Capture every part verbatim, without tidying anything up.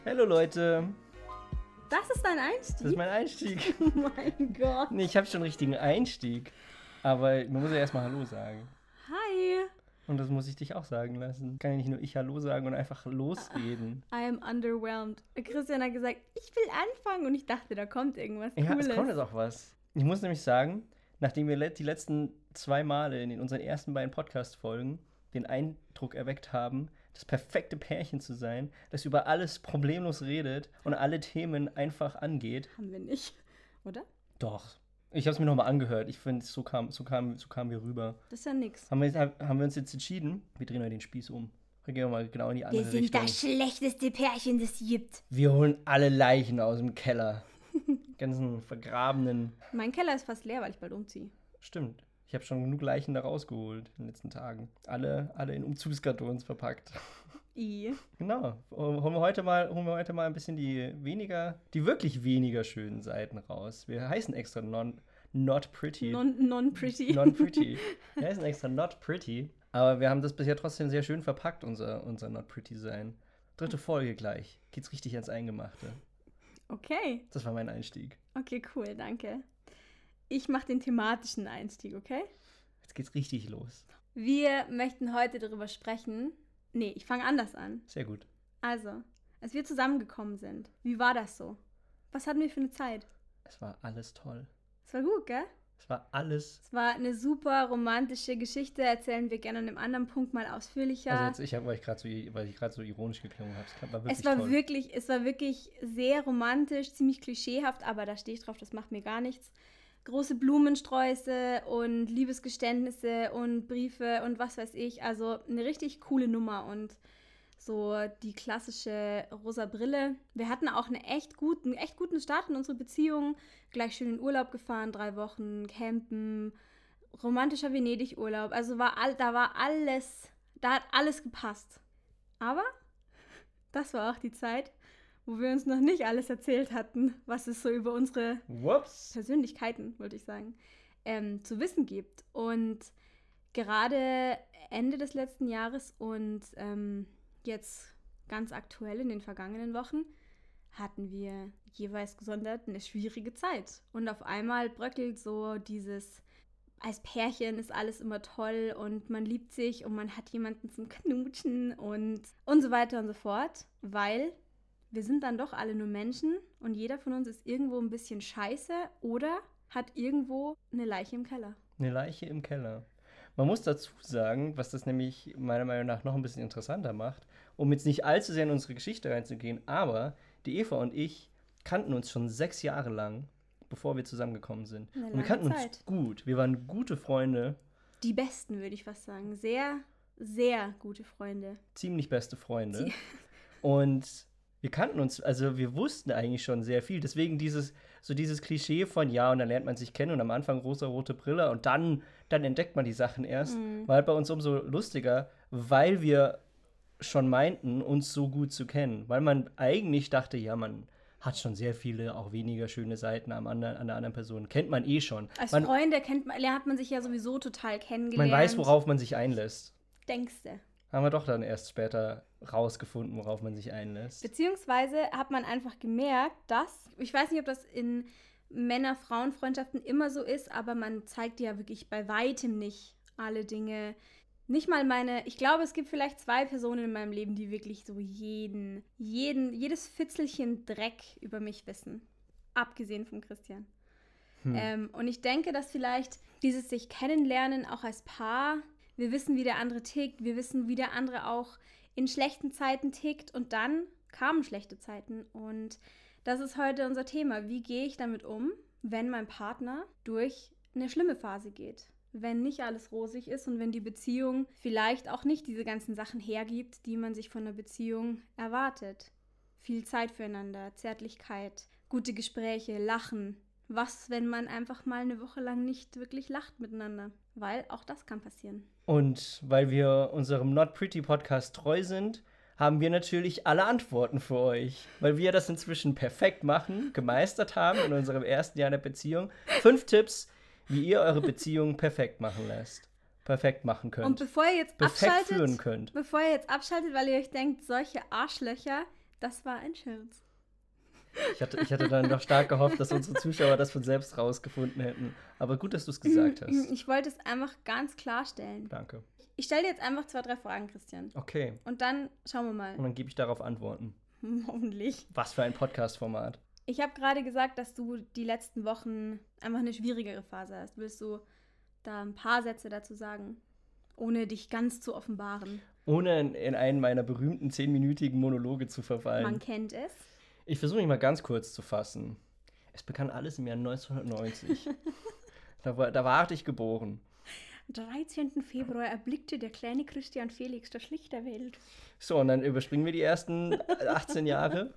Hallo Leute. Das ist dein Einstieg? Das ist mein Einstieg. Oh mein Gott. Nee, ich habe schon einen richtigen Einstieg. Aber man muss ja erstmal Hallo sagen. Hi. Und das muss ich dich auch sagen lassen. Kann ja nicht nur ich Hallo sagen und einfach losreden. I am underwhelmed. Christian hat gesagt, ich will anfangen. Und ich dachte, da kommt irgendwas Ja, Cooles. es kommt jetzt auch was. Ich muss nämlich sagen, nachdem wir die letzten zwei Male in unseren ersten beiden Podcast-Folgen den Eindruck erweckt haben, das perfekte Pärchen zu sein, das über alles problemlos redet und alle Themen einfach angeht. Haben wir nicht, oder? Doch. Ich habe es mir nochmal angehört. Ich finde, so kam, so, kam, so kamen wir rüber. Das ist ja nix. Haben wir, haben wir uns jetzt entschieden, wir drehen heute den Spieß um. Wir gehen mal genau in die andere Wir sind Richtung. das schlechteste Pärchen, das es gibt. Wir holen alle Leichen aus dem Keller. Ganzen vergrabenen. Mein Keller ist fast leer, weil ich bald umziehe. Stimmt. Ich habe schon genug Leichen da rausgeholt in den letzten Tagen. Alle, alle in Umzugskartons verpackt. I. Genau. Holen wir heute mal, holen wir heute mal ein bisschen die weniger, die wirklich weniger schönen Seiten raus. Wir heißen extra non, not pretty. Non, non-pretty. Non-pretty. Wir heißen extra not pretty. Aber wir haben das bisher trotzdem sehr schön verpackt, unser, unser not pretty sein. Dritte Folge gleich. Geht's richtig ans Eingemachte. Okay. Das war mein Einstieg. Okay, cool, danke. Ich mache den thematischen Einstieg, okay? Jetzt geht's richtig los. Wir möchten heute darüber sprechen. Nee, ich fange anders an. Sehr gut. Also, als wir zusammengekommen sind, wie war das so? Was hatten wir für eine Zeit? Es war alles toll. Es war gut, gell? Es war alles. Es war eine super romantische Geschichte, erzählen wir gerne an einem anderen Punkt mal ausführlicher. Also jetzt, ich habe, weil ich gerade so, weil ich gerade so ironisch geklungen habe. Es war wirklich es war toll. wirklich, es war wirklich sehr romantisch, ziemlich klischeehaft, aber da stehe ich drauf, das macht mir gar nichts. Große Blumensträuße und Liebesgeständnisse und Briefe und was weiß ich. Also eine richtig coole Nummer und so die klassische rosa Brille. Wir hatten auch eine echt guten, einen echt guten Start in unsere Beziehung. Gleich schön in Urlaub gefahren, drei Wochen campen, romantischer Venedig-Urlaub. Also war all, da war alles, da hat alles gepasst. Aber das war auch die Zeit, wo wir uns noch nicht alles erzählt hatten, was es so über unsere Whoops. Persönlichkeiten, wollte ich sagen, ähm, zu wissen gibt. Und gerade Ende des letzten Jahres und ähm, jetzt ganz aktuell in den vergangenen Wochen hatten wir jeweils gesondert eine schwierige Zeit. Und auf einmal bröckelt so dieses, als Pärchen ist alles immer toll und man liebt sich und man hat jemanden zum Knutschen und, und so weiter und so fort, weil wir sind dann doch alle nur Menschen und jeder von uns ist irgendwo ein bisschen scheiße oder hat irgendwo eine Leiche im Keller. Eine Leiche im Keller. Man muss dazu sagen, was das nämlich meiner Meinung nach noch ein bisschen interessanter macht, um jetzt nicht allzu sehr in unsere Geschichte reinzugehen, aber die Eva und ich kannten uns schon sechs Jahre lang, bevor wir zusammengekommen sind. Eine und wir lange kannten Zeit. uns gut. Wir waren gute Freunde. Die besten, würde ich fast sagen. Sehr, sehr gute Freunde. Ziemlich beste Freunde. Die- Und wir kannten uns, also wir wussten eigentlich schon sehr viel. Deswegen dieses, so dieses Klischee von, ja, und dann lernt man sich kennen und am Anfang rosa-rote Brille und dann, dann entdeckt man die Sachen erst. Mhm. War halt bei uns umso lustiger, weil wir schon meinten, uns so gut zu kennen. Weil man eigentlich dachte, ja, man hat schon sehr viele, auch weniger schöne Seiten am anderen, an der anderen Person. Kennt man eh schon. Als Man, Freunde kennt man, lernt man sich ja sowieso total kennengelernt. man weiß, worauf man sich einlässt. Denkste. Haben wir doch dann erst später rausgefunden, worauf man sich einlässt. Beziehungsweise hat man einfach gemerkt, dass, ich weiß nicht, ob das in Männer-Frauen-Freundschaften immer so ist, aber man zeigt ja wirklich bei weitem nicht alle Dinge. Nicht mal meine, ich glaube, es gibt vielleicht zwei Personen in meinem Leben, die wirklich so jeden, jeden, jedes Fitzelchen Dreck über mich wissen. Abgesehen von Christian. Hm. Ähm, und ich denke, dass vielleicht dieses sich kennenlernen, auch als Paar, wir wissen, wie der andere tickt, wir wissen, wie der andere auch in schlechten Zeiten tickt und dann kamen schlechte Zeiten und das ist heute unser Thema. Wie gehe ich damit um, wenn mein Partner durch eine schlimme Phase geht? Wenn nicht alles rosig ist und wenn die Beziehung vielleicht auch nicht diese ganzen Sachen hergibt, die man sich von einer Beziehung erwartet. Viel Zeit füreinander, Zärtlichkeit, gute Gespräche, Lachen. Was, wenn man einfach mal eine Woche lang nicht wirklich lacht miteinander? Weil auch das kann passieren. Und weil wir unserem Not Pretty Podcast treu sind, haben wir natürlich alle Antworten für euch. Weil wir das inzwischen perfekt machen, gemeistert haben in unserem ersten Jahr der Beziehung. Fünf Tipps, wie ihr eure Beziehung perfekt machen lässt. Perfekt machen könnt. Und bevor ihr jetzt perfekt abschaltet, führen könnt. bevor ihr jetzt abschaltet, weil ihr euch denkt, solche Arschlöcher, Das war ein Scherz. Ich hatte, ich hatte dann doch stark gehofft, dass unsere Zuschauer das von selbst rausgefunden hätten. Aber gut, dass du es gesagt hast. Ich wollte es einfach ganz klarstellen. Danke. Ich stelle dir jetzt einfach zwei, drei Fragen, Christian. Okay. Und dann schauen wir mal. Und dann gebe ich darauf Antworten. Hoffentlich. Was für ein Podcast-Format. Ich habe gerade gesagt, dass du die letzten Wochen einfach eine schwierigere Phase hast. Willst du da ein paar Sätze dazu sagen, ohne dich ganz zu offenbaren? Ohne in, in einen meiner berühmten zehnminütigen Monologe zu verfallen. Man kennt es. Ich versuche mich mal ganz kurz zu fassen. Es begann alles im Jahr neunzehnhundertneunzig. da, war, da war ich geboren. Am dreizehnten Februar erblickte der kleine Christian Felix das Licht der Welt. So, und dann überspringen wir die ersten achtzehn Jahre.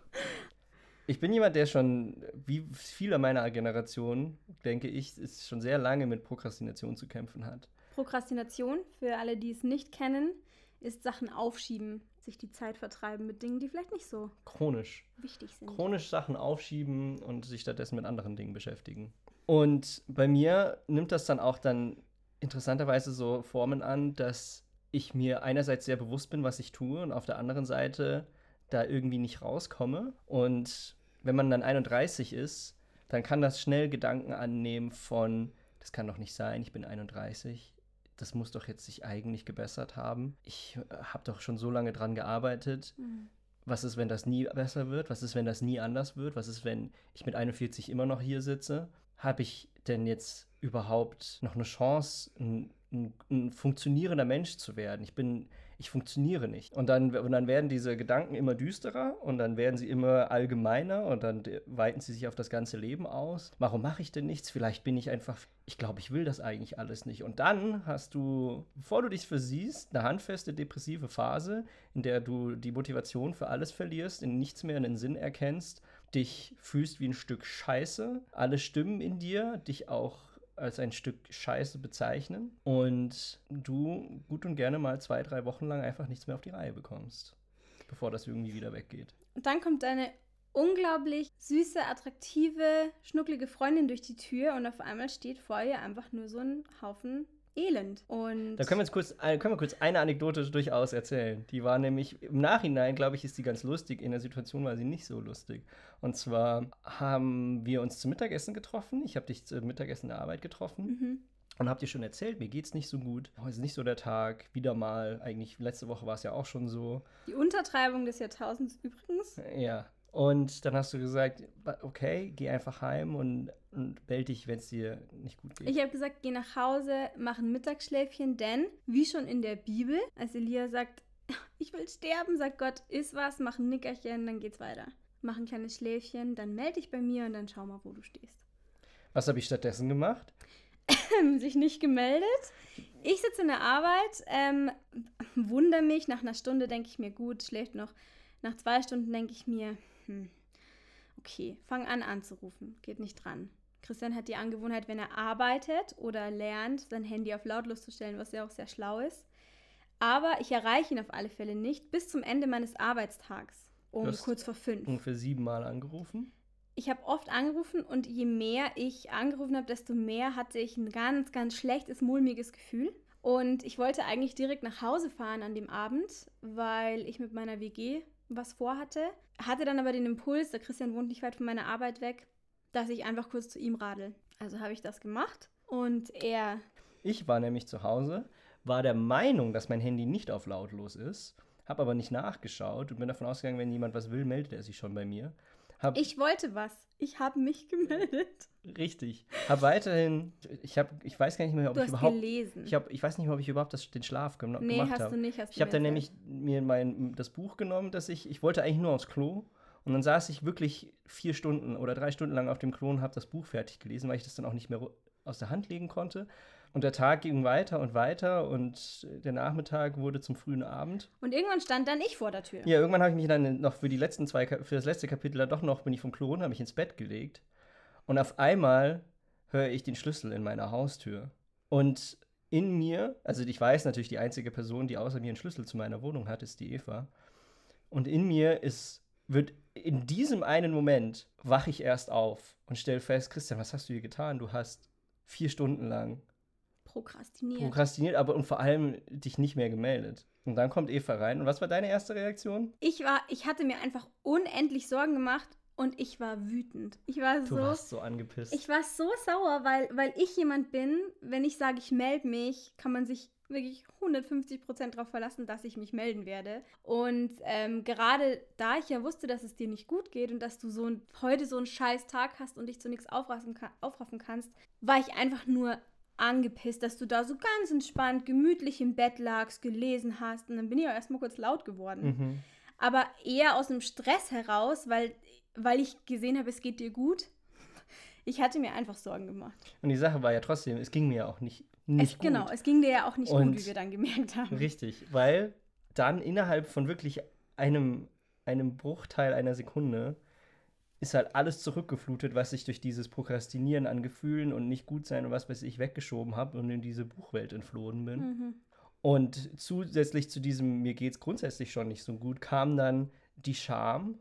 Ich bin jemand, der schon, wie viele meiner Generation, denke ich, ist schon sehr lange mit Prokrastination zu kämpfen hat. Prokrastination, für alle, die es nicht kennen, ist Sachen aufschieben, sich die Zeit vertreiben mit Dingen, die vielleicht nicht so chronisch wichtig sind. Chronisch Sachen aufschieben und sich stattdessen mit anderen Dingen beschäftigen. Und bei mir nimmt das dann auch dann interessanterweise so Formen an, dass ich mir einerseits sehr bewusst bin, was ich tue und auf der anderen Seite da irgendwie nicht rauskomme. Und wenn man dann einunddreißig ist, dann kann das schnell Gedanken annehmen von, das kann doch nicht sein, ich bin einunddreißig, das muss doch jetzt sich eigentlich gebessert haben. Ich habe doch schon so lange dran gearbeitet. Mhm. Was ist, wenn das nie besser wird? Was ist, wenn das nie anders wird? Was ist, wenn ich mit einundvierzig immer noch hier sitze? Habe ich denn jetzt überhaupt noch eine Chance, ein, ein, ein funktionierender Mensch zu werden? Ich bin, ich funktioniere nicht. Und dann, und dann werden diese Gedanken immer düsterer und dann werden sie immer allgemeiner und dann weiten sie sich auf das ganze Leben aus. Warum mache ich denn nichts? Vielleicht bin ich einfach, ich glaube, ich will das eigentlich alles nicht. Und dann hast du, bevor du dich versiehst, eine handfeste depressive Phase, in der du die Motivation für alles verlierst, in nichts mehr einen Sinn erkennst, dich fühlst wie ein Stück Scheiße, alle Stimmen in dir dich auch als ein Stück Scheiße bezeichnen und du gut und gerne mal zwei, drei Wochen lang einfach nichts mehr auf die Reihe bekommst, bevor das irgendwie wieder weggeht. Und dann kommt deine unglaublich süße, attraktive, schnucklige Freundin durch die Tür und auf einmal steht vor ihr einfach nur so ein Haufen Elend. Und da können wir jetzt kurz, können wir kurz eine Anekdote durchaus erzählen. Die war nämlich, im Nachhinein, glaube ich, ist die ganz lustig. In der Situation war sie nicht so lustig. Und zwar haben wir uns zum Mittagessen getroffen. Ich habe dich zum Mittagessen in der Arbeit getroffen. Mhm. Und hab dir schon erzählt, mir geht's nicht so gut. Heute ist nicht so der Tag. Wieder mal, eigentlich letzte Woche war es ja auch schon so. Die Untertreibung des Jahrtausends übrigens. Ja. Und dann hast du gesagt, okay, geh einfach heim und, und melde dich, wenn es dir nicht gut geht. Ich habe gesagt, geh nach Hause, mach ein Mittagsschläfchen, denn, wie schon in der Bibel, als Elia sagt, ich will sterben, sagt Gott, iss was, mach ein Nickerchen, dann geht's weiter. Mach ein kleines Schläfchen, dann melde dich bei mir und dann schau mal, wo du stehst. Was habe ich stattdessen gemacht? Sich nicht gemeldet. Ich sitze in der Arbeit, ähm, wundere mich, nach einer Stunde denke ich mir, gut, schläft noch. Nach zwei Stunden denke ich mir, hm, okay, fang an anzurufen, geht nicht dran. Christian hat die Angewohnheit, wenn er arbeitet oder lernt, sein Handy auf lautlos zu stellen, was ja auch sehr schlau ist. Aber ich erreiche ihn auf alle Fälle nicht bis zum Ende meines Arbeitstags, um kurz vor fünf. Ungefähr siebenmal angerufen? Ich habe oft angerufen und je mehr ich angerufen habe, desto mehr hatte ich ein ganz, ganz schlechtes, mulmiges Gefühl. Und ich wollte eigentlich direkt nach Hause fahren an dem Abend, weil ich mit meiner W G was vorhatte. Hatte dann aber den Impuls, der Christian wohnt nicht weit von meiner Arbeit weg, dass ich einfach kurz zu ihm radel. Also habe ich das gemacht und er... Ich war nämlich zu Hause, war der Meinung, dass mein Handy nicht auf lautlos ist, habe aber nicht nachgeschaut und bin davon ausgegangen, wenn jemand was will, meldet er sich schon bei mir. Hab, ich wollte was. Ich habe mich gemeldet. Richtig. Habe weiterhin, ich habe, ich weiß gar nicht mehr, ob du ich hast überhaupt, gelesen. ich habe, ich weiß nicht mehr, ob ich überhaupt das, den Schlaf gem- nee, gemacht habe. Nee, hast du nicht. Hast ich habe dann nämlich mir mein, das Buch genommen, das ich, ich wollte eigentlich nur aufs Klo und dann saß ich wirklich vier Stunden oder drei Stunden lang auf dem Klo und habe das Buch fertig gelesen, weil ich das dann auch nicht mehr aus der Hand legen konnte. Und der Tag ging weiter und weiter und der Nachmittag wurde zum frühen Abend. Und irgendwann stand dann ich vor der Tür. Ja, irgendwann habe ich mich dann noch für die letzten zwei, für das letzte Kapitel dann doch noch, bin ich vom Klo runter, habe mich ins Bett gelegt. Und auf einmal höre ich den Schlüssel in meiner Haustür. Und in mir, also ich weiß natürlich, die einzige Person, die außer mir einen Schlüssel zu meiner Wohnung hat, ist die Eva. Und in mir ist, wird in diesem einen Moment, wache ich erst auf und stelle fest, Christian, was hast du hier getan? Du hast vier Stunden lang prokrastiniert. Prokrastiniert, aber und vor allem dich nicht mehr gemeldet. Und dann kommt Eva rein. Und was war deine erste Reaktion? Ich war, ich hatte mir einfach unendlich Sorgen gemacht und ich war wütend. Ich war Du so, warst so angepisst. ich war so sauer, weil, weil ich jemand bin, wenn ich sage, ich melde mich, kann man sich wirklich hundertfünfzig Prozent darauf verlassen, dass ich mich melden werde. Und ähm, gerade da ich ja wusste, dass es dir nicht gut geht und dass du so ein, heute so einen scheiß Tag hast und dich zu nichts aufraffen, kann, aufraffen kannst, war ich einfach nur angepisst, dass du da so ganz entspannt, gemütlich im Bett lagst, gelesen hast. Und dann bin ich auch erstmal kurz laut geworden. Mhm. Aber eher aus dem Stress heraus, weil, weil ich gesehen habe, es geht dir gut. Ich hatte mir einfach Sorgen gemacht. Und die Sache war ja trotzdem, es ging mir ja auch nicht, nicht es, gut. Genau, es ging dir ja auch nicht Und gut, wie wir dann gemerkt haben. Richtig, weil dann innerhalb von wirklich einem, einem Bruchteil einer Sekunde ist halt alles zurückgeflutet, was ich durch dieses Prokrastinieren an Gefühlen und nicht gut sein und was weiß ich weggeschoben habe und in diese Buchwelt entflohen bin. Mhm. Und zusätzlich zu diesem, mir geht's grundsätzlich schon nicht so gut, kam dann die Scham,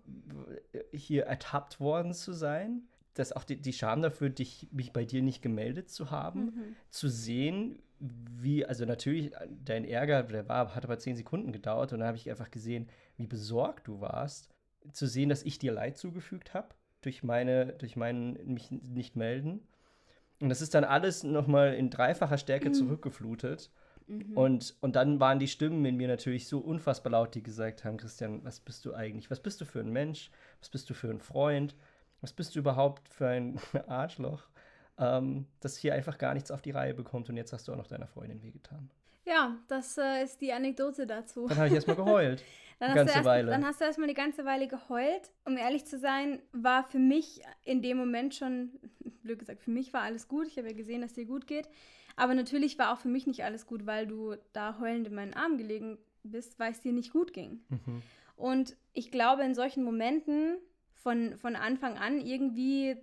hier ertappt worden zu sein. Das auch die, die Scham dafür, dich, mich bei dir nicht gemeldet zu haben, Mhm. zu sehen, wie, also natürlich, dein Ärger, der war, hat aber zehn Sekunden gedauert und dann habe ich einfach gesehen, wie besorgt du warst, zu sehen, dass ich dir Leid zugefügt habe, durch meine, durch mein mich nicht melden. Und das ist dann alles nochmal in dreifacher Stärke Mhm. zurückgeflutet. Mhm. Und, und dann waren die Stimmen in mir natürlich so unfassbar laut, die gesagt haben, Christian, was bist du eigentlich? Was bist du für ein Mensch? Was bist du für ein Freund? Was bist du überhaupt für ein Arschloch, ähm, das hier einfach gar nichts auf die Reihe bekommt und jetzt hast du auch noch deiner Freundin wehgetan. Ja, das äh, ist die Anekdote dazu. Dann habe ich erstmal geheult. Dann Eine hast, ganze du erst, Weile. dann hast du erstmal eine ganze Weile geheult. Um ehrlich zu sein, war für mich in dem Moment schon, blöd gesagt, für mich war alles gut. Ich habe ja gesehen, dass dir gut geht. Aber natürlich war auch für mich nicht alles gut, weil du da heulend in meinen Armen gelegen bist, weil es dir nicht gut ging. Mhm. Und ich glaube, in solchen Momenten von, von Anfang an irgendwie,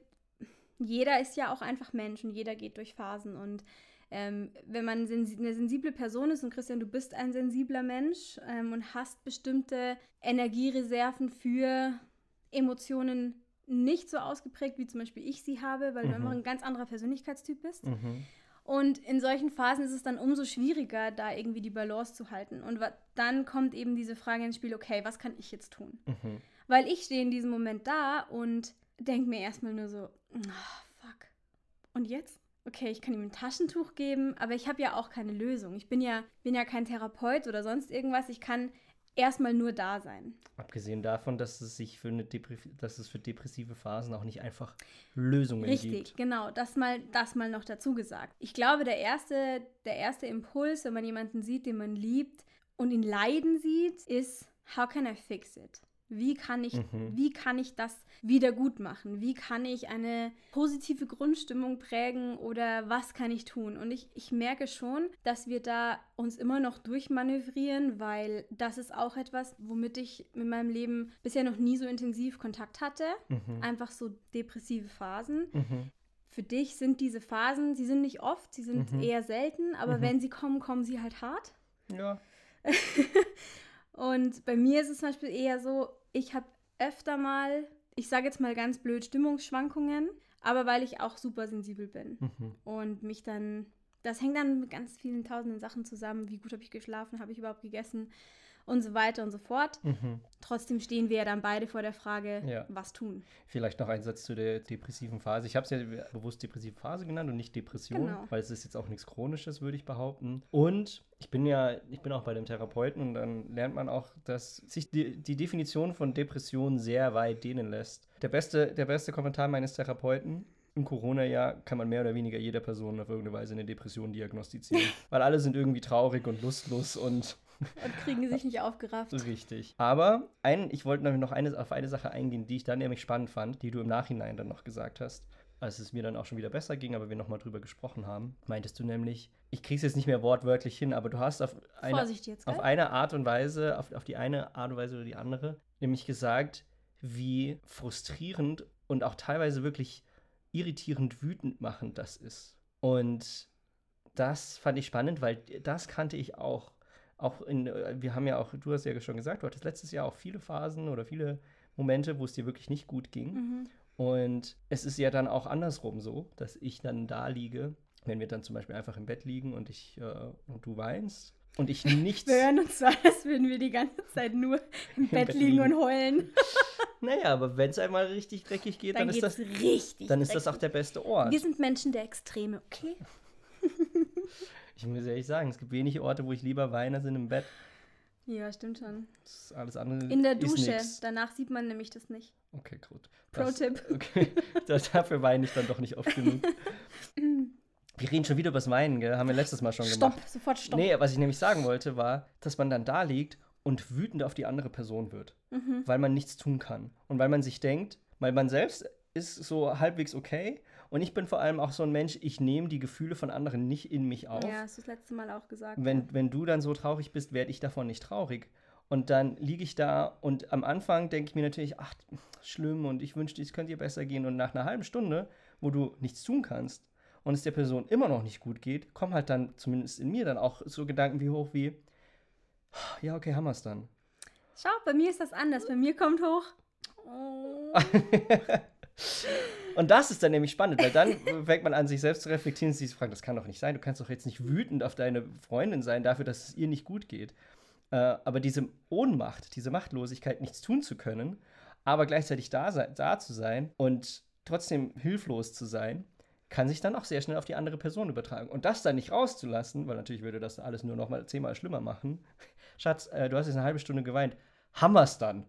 jeder ist ja auch einfach Mensch und jeder geht durch Phasen. Und ähm, wenn man sensi- eine sensible Person ist, und Christian, du bist ein sensibler Mensch ähm, und hast bestimmte Energiereserven für Emotionen nicht so ausgeprägt, wie zum Beispiel ich sie habe, weil Mhm. du einfach ein ganz anderer Persönlichkeitstyp bist. Mhm. Und in solchen Phasen ist es dann umso schwieriger, da irgendwie die Balance zu halten. Und wa- dann kommt eben diese Frage ins Spiel, okay, was kann ich jetzt tun? Mhm. Weil ich stehe in diesem Moment da und denke mir erstmal nur so, ah, fuck. Und jetzt? Okay, ich kann ihm ein Taschentuch geben, aber ich habe ja auch keine Lösung. Ich bin ja, bin ja kein Therapeut oder sonst irgendwas. Ich kann erstmal nur da sein. Abgesehen davon, dass es sich für eine Depri- dass es für depressive Phasen auch nicht einfach Lösungen Richtig, gibt. genau. Das mal, das mal noch dazu gesagt. Ich glaube, der erste, der erste Impuls, wenn man jemanden sieht, den man liebt und ihn leiden sieht, ist, how can I fix it? Wie kann ich, Mhm. wie kann ich das wieder gut machen? Wie kann ich eine positive Grundstimmung prägen oder was kann ich tun? Und ich, ich merke schon, dass wir da uns immer noch durchmanövrieren, weil das ist auch etwas, womit ich in meinem Leben bisher noch nie so intensiv Kontakt hatte. Mhm. Einfach so depressive Phasen. Mhm. Für dich sind diese Phasen, sie sind nicht oft, sie sind Mhm. eher selten, aber Mhm. wenn sie kommen, kommen sie halt hart. Ja. Und bei mir ist es zum Beispiel eher so, ich habe öfter mal, ich sage jetzt mal ganz blöd, Stimmungsschwankungen, aber weil ich auch super sensibel bin Mhm. und mich dann, das hängt dann mit ganz vielen tausenden Sachen zusammen, wie gut habe ich geschlafen, habe ich überhaupt gegessen und so weiter und so fort. Mhm. Trotzdem stehen wir ja dann beide vor der Frage, Ja. was tun. Vielleicht noch ein Satz zu der depressiven Phase. Ich habe es ja bewusst depressive Phase genannt und nicht Depression, Genau. weil es ist jetzt auch nichts Chronisches, würde ich behaupten. Und ich bin ja, ich bin auch bei dem Therapeuten und dann lernt man auch, dass sich die, die Definition von Depression sehr weit dehnen lässt. Der beste, der beste Kommentar meines Therapeuten: Im Corona-Jahr kann man mehr oder weniger jeder Person auf irgendeine Weise eine Depression diagnostizieren. Weil alle sind irgendwie traurig und lustlos und Und kriegen sich nicht aufgerafft. richtig. Aber ein, ich wollte nämlich noch eine, auf eine Sache eingehen, die ich dann nämlich spannend fand, die du im Nachhinein dann noch gesagt hast, als es mir dann auch schon wieder besser ging, aber wir nochmal drüber gesprochen haben. Meintest du nämlich, ich krieg's jetzt nicht mehr wortwörtlich hin, aber du hast auf eine, Vorsicht jetzt, gell? auf eine Art und Weise, auf, auf die eine Art und Weise oder die andere, nämlich gesagt, wie frustrierend und auch teilweise wirklich irritierend wütend machend das ist. Und das fand ich spannend, weil das kannte ich auch. Auch in, wir haben ja auch, du hast ja schon gesagt, du hattest letztes Jahr auch viele Phasen oder viele Momente, wo es dir wirklich nicht gut ging. Mhm. Und es ist ja dann auch andersrum so, dass ich dann da liege wenn wir dann zum Beispiel einfach im Bett liegen und ich äh, und du weinst und ich nichts... Wir hören uns so, als würden wir die ganze Zeit nur im, Im Bett, Bett liegen, liegen und heulen. Naja, aber wenn es einmal richtig dreckig geht, dann, dann ist das richtig dann ist das auch der beste Ort. Wir sind Menschen der Extreme, okay? Ich muss ehrlich sagen, es gibt wenige Orte, wo ich lieber weine, sind im Bett. Ja, stimmt schon. Das ist alles andere In der ist Dusche, nix. Danach sieht man nämlich das nicht. Okay, gut. Pro-Tipp. Okay, das, dafür weine ich dann doch nicht oft genug. Wir reden schon wieder über das Weinen, gell? Haben wir letztes Mal schon stopp, gemacht. Stopp, sofort stopp. Nee, was ich nämlich sagen wollte, war, dass man dann da liegt und wütend auf die andere Person wird. Mhm. Weil man nichts tun kann. Und weil man sich denkt, weil man selbst ist so halbwegs okay. Und ich bin vor allem auch so ein Mensch, ich nehme die Gefühle von anderen nicht in mich auf. Ja, hast du das letzte Mal auch gesagt. Wenn, ja. wenn du dann so traurig bist, werde ich davon nicht traurig. Und dann liege ich da und am Anfang denke ich mir natürlich, ach, schlimm und ich wünschte, es könnte dir besser gehen. Und nach einer halben Stunde, wo du nichts tun kannst und es der Person immer noch nicht gut geht, kommen halt dann zumindest in mir dann auch so Gedanken wie hoch wie, ja, okay, haben wir es dann. Schau, bei mir ist das anders. Bei mir kommt hoch. Oh. Und das ist dann nämlich spannend, weil dann fängt man an, sich selbst zu reflektieren und sich zu fragen, das kann doch nicht sein, du kannst doch jetzt nicht wütend auf deine Freundin sein dafür, dass es ihr nicht gut geht. Äh, aber diese Ohnmacht, diese Machtlosigkeit, nichts tun zu können, aber gleichzeitig da, sein, da zu sein und trotzdem hilflos zu sein, kann sich dann auch sehr schnell auf die andere Person übertragen. Und das dann nicht rauszulassen, weil natürlich würde das alles nur noch mal zehnmal schlimmer machen. Schatz, äh, du hast jetzt eine halbe Stunde geweint. Haben wir's dann?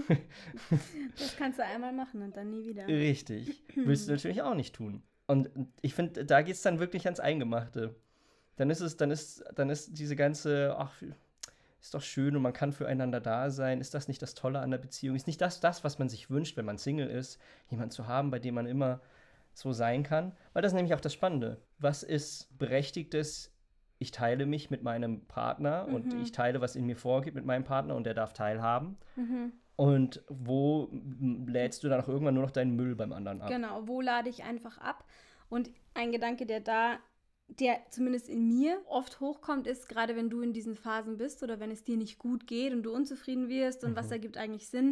Das kannst du einmal machen und dann nie wieder. Richtig. Willst du natürlich auch nicht tun. Und ich finde, da geht es dann wirklich ans Eingemachte. Dann ist es, dann ist, dann ist diese ganze, ach, ist doch schön und man kann füreinander da sein. Ist das nicht das Tolle an der Beziehung? Ist nicht das, das, was man sich wünscht, wenn man Single ist, jemanden zu haben, bei dem man immer so sein kann? Weil das ist nämlich auch das Spannende. Was ist Berechtigtes? Ich teile mich mit meinem Partner mhm. und ich teile, was in mir vorgeht mit meinem Partner und der darf teilhaben. Mhm. Und wo lädst du dann auch irgendwann nur noch deinen Müll beim anderen ab? Genau, wo lade ich einfach ab? Und ein Gedanke, der da, der zumindest in mir oft hochkommt, ist, gerade wenn du in diesen Phasen bist oder wenn es dir nicht gut geht und du unzufrieden wirst und mhm. was ergibt eigentlich Sinn,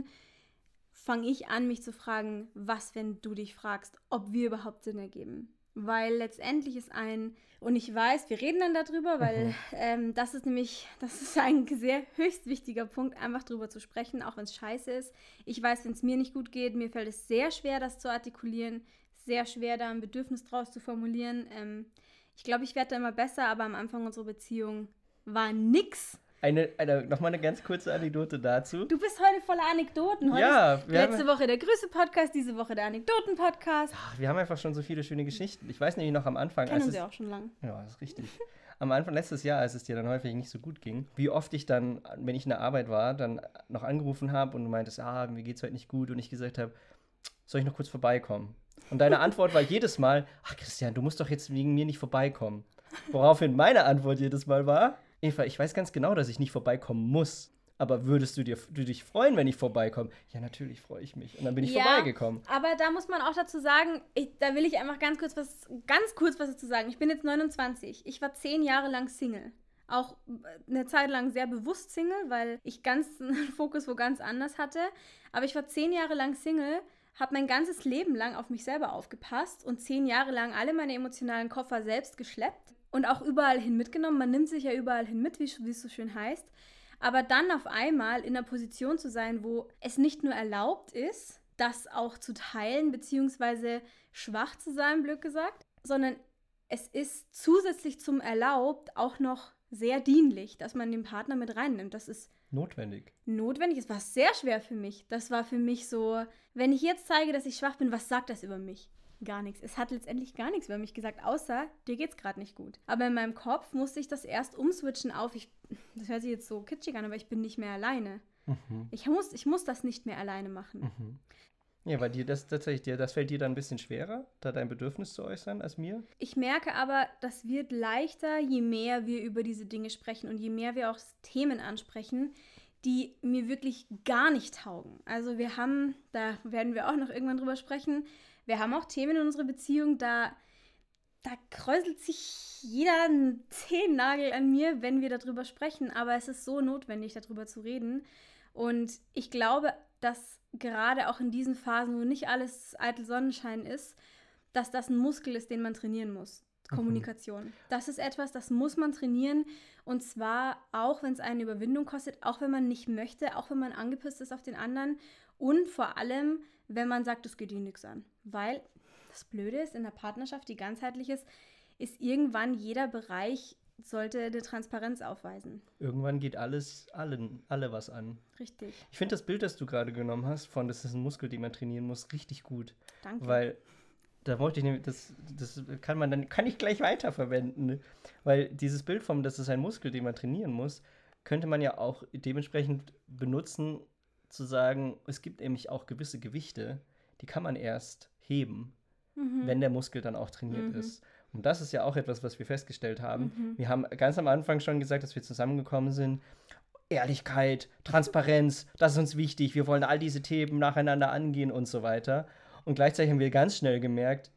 fange ich an, mich zu fragen, was, wenn du dich fragst, ob wir überhaupt Sinn ergeben. Weil letztendlich ist ein, und ich weiß, wir reden dann darüber, weil mhm. ähm, das ist nämlich, das ist ein sehr höchst wichtiger Punkt, einfach drüber zu sprechen, auch wenn es scheiße ist. Ich weiß, wenn es mir nicht gut geht, mir fällt es sehr schwer, das zu artikulieren, sehr schwer, da ein Bedürfnis draus zu formulieren. Ähm, ich glaube, ich werde da immer besser, aber am Anfang unserer Beziehung war nix. Eine, eine, nochmal eine ganz kurze Anekdote dazu. Du bist heute voller Anekdoten. Heute ja, ist letzte haben, Woche der Grüße-Podcast, diese Woche der Anekdoten-Podcast. Ach, wir haben einfach schon so viele schöne Geschichten. Ich weiß nämlich noch am Anfang. Kennen als sie es, auch schon lang. Ja, das ist richtig. Am Anfang letztes Jahr, als es dir dann häufig nicht so gut ging, wie oft ich dann, wenn ich in der Arbeit war, dann noch angerufen habe und du meintest, ah, mir geht's heute nicht gut und ich gesagt habe, soll ich noch kurz vorbeikommen? Und deine Antwort war jedes Mal, ach Christian, du musst doch jetzt wegen mir nicht vorbeikommen. Woraufhin meine Antwort jedes Mal war, Eva, ich weiß ganz genau, dass ich nicht vorbeikommen muss. Aber würdest du, dir, du dich freuen, wenn ich vorbeikomme? Ja, natürlich freue ich mich. Und dann bin ich ja, vorbeigekommen. Aber da muss man auch dazu sagen, ich, da will ich einfach ganz kurz was, ganz kurz was dazu sagen. Ich bin jetzt neunundzwanzig. Ich war zehn Jahre lang Single. Auch eine Zeit lang sehr bewusst Single, weil ich ganz einen Fokus wo ganz anders hatte. Aber ich war zehn Jahre lang Single, habe mein ganzes Leben lang auf mich selber aufgepasst und zehn Jahre lang alle meine emotionalen Koffer selbst geschleppt. Und auch überall hin mitgenommen. Man nimmt sich ja überall hin mit, wie es so schön heißt. Aber dann auf einmal in einer Position zu sein, wo es nicht nur erlaubt ist, das auch zu teilen, beziehungsweise schwach zu sein, blöd gesagt, sondern es ist zusätzlich zum erlaubt auch noch sehr dienlich, dass man den Partner mit reinnimmt. Das ist notwendig. Notwendig. Es war sehr schwer für mich. Das war für mich so, wenn ich jetzt zeige, dass ich schwach bin, was sagt das über mich? Gar nichts. Es hat letztendlich gar nichts über mich gesagt, außer, dir geht's gerade nicht gut. Aber in meinem Kopf musste ich das erst umswitchen auf, ich, das hört sich jetzt so kitschig an, aber ich bin nicht mehr alleine. Mhm. Ich, muss, ich muss das nicht mehr alleine machen. Mhm. Ja, weil dir das tatsächlich, dir, das fällt dir dann ein bisschen schwerer, da dein Bedürfnis zu äußern, als mir? Ich merke aber, das wird leichter, je mehr wir über diese Dinge sprechen und je mehr wir auch Themen ansprechen, die mir wirklich gar nicht taugen. Also wir haben, da werden wir auch noch irgendwann drüber sprechen, wir haben auch Themen in unserer Beziehung, da, da kräuselt sich jeder einen Zehennagel an mir, wenn wir darüber sprechen. Aber es ist so notwendig, darüber zu reden. Und ich glaube, dass gerade auch in diesen Phasen, wo nicht alles eitel Sonnenschein ist, dass das ein Muskel ist, den man trainieren muss. Kommunikation. Das ist etwas, das muss man trainieren. Und zwar auch, wenn es eine Überwindung kostet, auch wenn man nicht möchte, auch wenn man angepisst ist auf den anderen. Und vor allem, wenn man sagt, es geht ihn nichts an. Weil das Blöde ist, in der Partnerschaft, die ganzheitlich ist, ist irgendwann jeder Bereich, sollte eine Transparenz aufweisen. Irgendwann geht alles, allen, alle was an. Richtig. Ich finde das Bild, das du gerade genommen hast, von das ist ein Muskel, den man trainieren muss, richtig gut. Danke. Weil da wollte ich nämlich, das, das kann man dann, kann ich gleich weiterverwenden. Weil dieses Bild vom, das ist ein Muskel, den man trainieren muss, könnte man ja auch dementsprechend benutzen, zu sagen, es gibt nämlich auch gewisse Gewichte, die kann man erst heben, mhm. wenn der Muskel dann auch trainiert mhm. ist. Und das ist ja auch etwas, was wir festgestellt haben. Mhm. Wir haben ganz am Anfang schon gesagt, dass wir zusammengekommen sind. Ehrlichkeit, Transparenz, das ist uns wichtig. Wir wollen all diese Themen nacheinander angehen und so weiter. Und gleichzeitig haben wir ganz schnell gemerkt,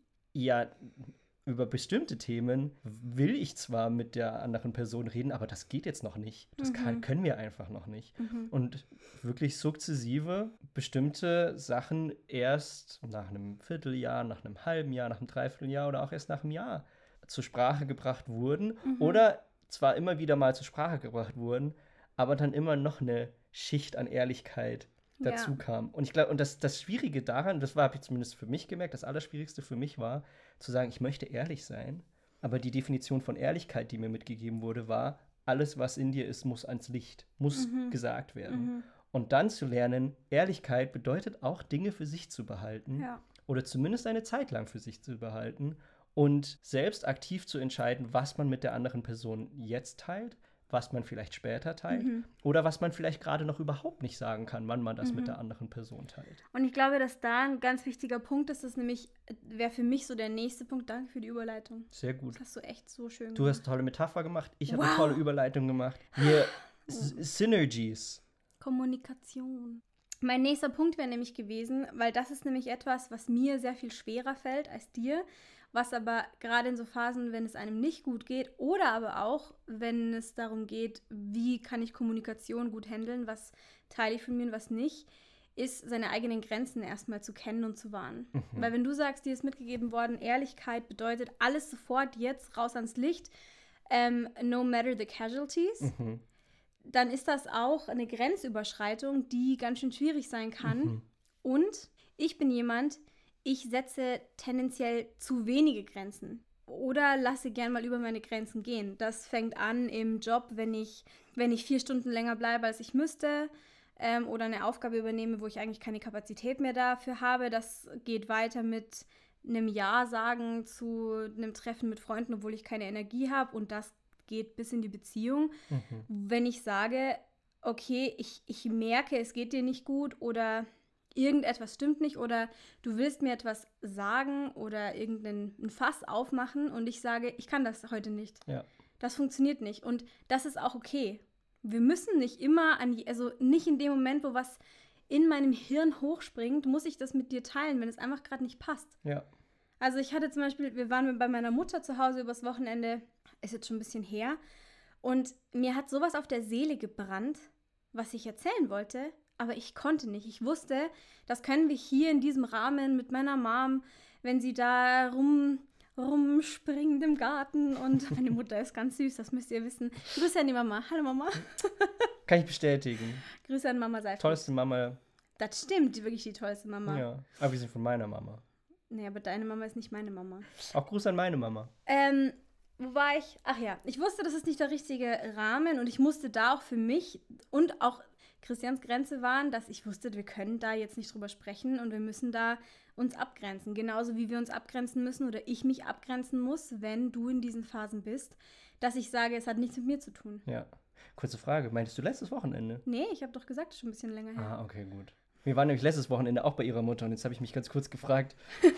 ja, über bestimmte Themen will ich zwar mit der anderen Person reden, aber das geht jetzt noch nicht. Das mhm. kann, können wir einfach noch nicht. Mhm. Und wirklich sukzessive bestimmte Sachen erst nach einem Vierteljahr, nach einem halben Jahr, nach einem Dreivierteljahr oder auch erst nach einem Jahr zur Sprache gebracht wurden. Mhm. Oder zwar immer wieder mal zur Sprache gebracht wurden, aber dann immer noch eine Schicht an Ehrlichkeit dazu ja. kam. Und ich glaube, und das, das Schwierige daran, das war, habe ich zumindest für mich gemerkt, das Allerschwierigste für mich war, zu sagen, ich möchte ehrlich sein, aber die Definition von Ehrlichkeit, die mir mitgegeben wurde, war, alles, was in dir ist, muss ans Licht, muss mhm. gesagt werden. Mhm. Und dann zu lernen, Ehrlichkeit bedeutet auch, Dinge für sich zu behalten ja. oder zumindest eine Zeit lang für sich zu behalten und selbst aktiv zu entscheiden, was man mit der anderen Person jetzt teilt, was man vielleicht später teilt mhm. oder was man vielleicht gerade noch überhaupt nicht sagen kann, wann man das mhm. mit der anderen Person teilt. Und ich glaube, dass da ein ganz wichtiger Punkt ist, das nämlich wäre für mich so der nächste Punkt. Danke für die Überleitung. Sehr gut. Das hast du echt so schön gemacht. Du hast eine tolle Metapher gemacht, ich wow. habe eine tolle Überleitung gemacht. Wir Synergies. Kommunikation. Mein nächster Punkt wäre nämlich gewesen, weil das ist nämlich etwas, was mir sehr viel schwerer fällt als dir, was aber gerade in so Phasen, wenn es einem nicht gut geht oder aber auch, wenn es darum geht, wie kann ich Kommunikation gut handeln, was teile ich von mir und was nicht, ist, seine eigenen Grenzen erstmal zu kennen und zu wahren. Mhm. Weil wenn du sagst, dir ist mitgegeben worden, Ehrlichkeit bedeutet alles sofort jetzt raus ans Licht, ähm, no matter the casualties, mhm. dann ist das auch eine Grenzüberschreitung, die ganz schön schwierig sein kann. Mhm. Und ich bin jemand, ich setze tendenziell zu wenige Grenzen oder lasse gern mal über meine Grenzen gehen. Das fängt an im Job, wenn ich, wenn ich vier Stunden länger bleibe, als ich müsste, ähm, oder eine Aufgabe übernehme, wo ich eigentlich keine Kapazität mehr dafür habe. Das geht weiter mit einem Ja sagen zu einem Treffen mit Freunden, obwohl ich keine Energie habe, und das geht bis in die Beziehung. Mhm. Wenn ich sage, okay, ich, ich merke, es geht dir nicht gut oder irgendetwas stimmt nicht oder du willst mir etwas sagen oder irgendein Fass aufmachen und ich sage, ich kann das heute nicht. Ja. Das funktioniert nicht und das ist auch okay. Wir müssen nicht immer, an, also nicht in dem Moment, wo was in meinem Hirn hochspringt, muss ich das mit dir teilen, wenn es einfach gerade nicht passt. Ja. Also ich hatte zum Beispiel, wir waren bei meiner Mutter zu Hause übers Wochenende, ist jetzt schon ein bisschen her, und mir hat sowas auf der Seele gebrannt, was ich erzählen wollte, aber ich konnte nicht. Ich wusste, das können wir hier in diesem Rahmen mit meiner Mom, wenn sie da rum, rumspringt im Garten, und meine Mutter ist ganz süß, das müsst ihr wissen. Grüße an die Mama. Hallo Mama. Kann ich bestätigen. Grüße an Mama Seifert. Tollste Mama. Das stimmt, wirklich die tollste Mama. Ja, aber wir sind von meiner Mama. Nee, aber deine Mama ist nicht meine Mama. Auch Gruß an meine Mama. Ähm, wo war ich? Ach ja, ich wusste, das ist nicht der richtige Rahmen und ich musste da auch für mich und auch Christians Grenze wahren, dass ich wusste, wir können da jetzt nicht drüber sprechen und wir müssen da uns abgrenzen. Genauso wie wir uns abgrenzen müssen oder ich mich abgrenzen muss, wenn du in diesen Phasen bist, dass ich sage, es hat nichts mit mir zu tun. Ja. Kurze Frage, meintest du letztes Wochenende? Nee, ich habe doch gesagt, es ist schon ein bisschen länger her. Ah, okay, gut. Wir waren nämlich letztes Wochenende auch bei ihrer Mutter und jetzt habe ich mich ganz kurz gefragt,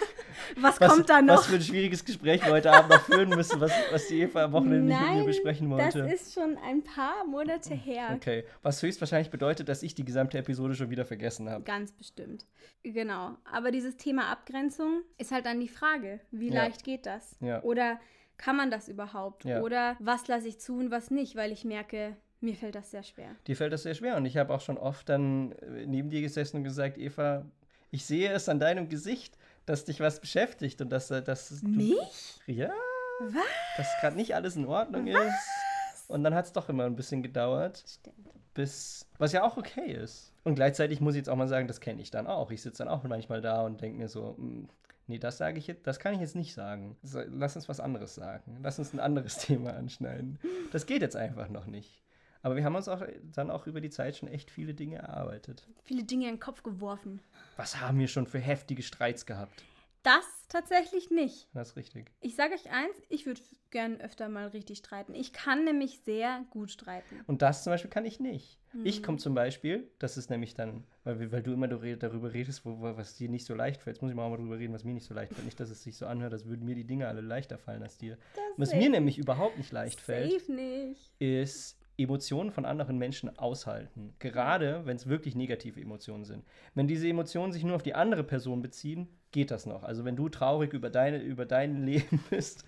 was, was kommt da noch? Was für ein schwieriges Gespräch wir heute Abend noch führen müssen, was, was die Eva am Wochenende nicht mit mir besprechen wollte. Das ist schon ein paar Monate her. Okay, was höchstwahrscheinlich bedeutet, dass ich die gesamte Episode schon wieder vergessen habe. Ganz bestimmt. Genau, aber dieses Thema Abgrenzung ist halt dann die Frage, wie ja. leicht geht das? Ja. Oder kann man das überhaupt? Ja. Oder was lasse ich zu und was nicht, weil ich merke, mir fällt das sehr schwer. Dir fällt das sehr schwer und ich habe auch schon oft dann neben dir gesessen und gesagt, Eva, ich sehe es an deinem Gesicht, dass dich was beschäftigt und dass, dass Mich? Du, ja. Was? dass gerade nicht alles in Ordnung ist. Und dann hat es doch immer ein bisschen gedauert. Stimmt. Bis, was ja auch okay ist. Und gleichzeitig muss ich jetzt auch mal sagen, das kenne ich dann auch. Ich sitze dann auch manchmal da und denke mir so, mh, nee, das sage ich jetzt, das kann ich jetzt nicht sagen. So, lass uns was anderes sagen. Lass uns ein anderes Thema anschneiden. Das geht jetzt einfach noch nicht. Aber wir haben uns auch dann auch über die Zeit schon echt viele Dinge erarbeitet. Viele Dinge in den Kopf geworfen. Was haben wir schon für heftige Streits gehabt? Das tatsächlich nicht. Das ist richtig. Ich sage euch eins, ich würde gern öfter mal richtig streiten. Ich kann nämlich sehr gut streiten. Und das zum Beispiel kann ich nicht. Hm. Ich komme zum Beispiel, das ist nämlich dann, weil, wir- weil du immer darüber redest, wo, wo, was dir nicht so leicht fällt. Jetzt muss ich mal auch mal darüber reden, was mir nicht so leicht fällt. Nicht, dass es sich so anhört, als würden mir die Dinge alle leichter fallen als dir. Das Was safe- mir nämlich überhaupt nicht leicht fällt, Safe nicht. ist Emotionen von anderen Menschen aushalten. Gerade, wenn es wirklich negative Emotionen sind. Wenn diese Emotionen sich nur auf die andere Person beziehen, geht das noch. Also wenn du traurig über, deine, über dein Leben bist,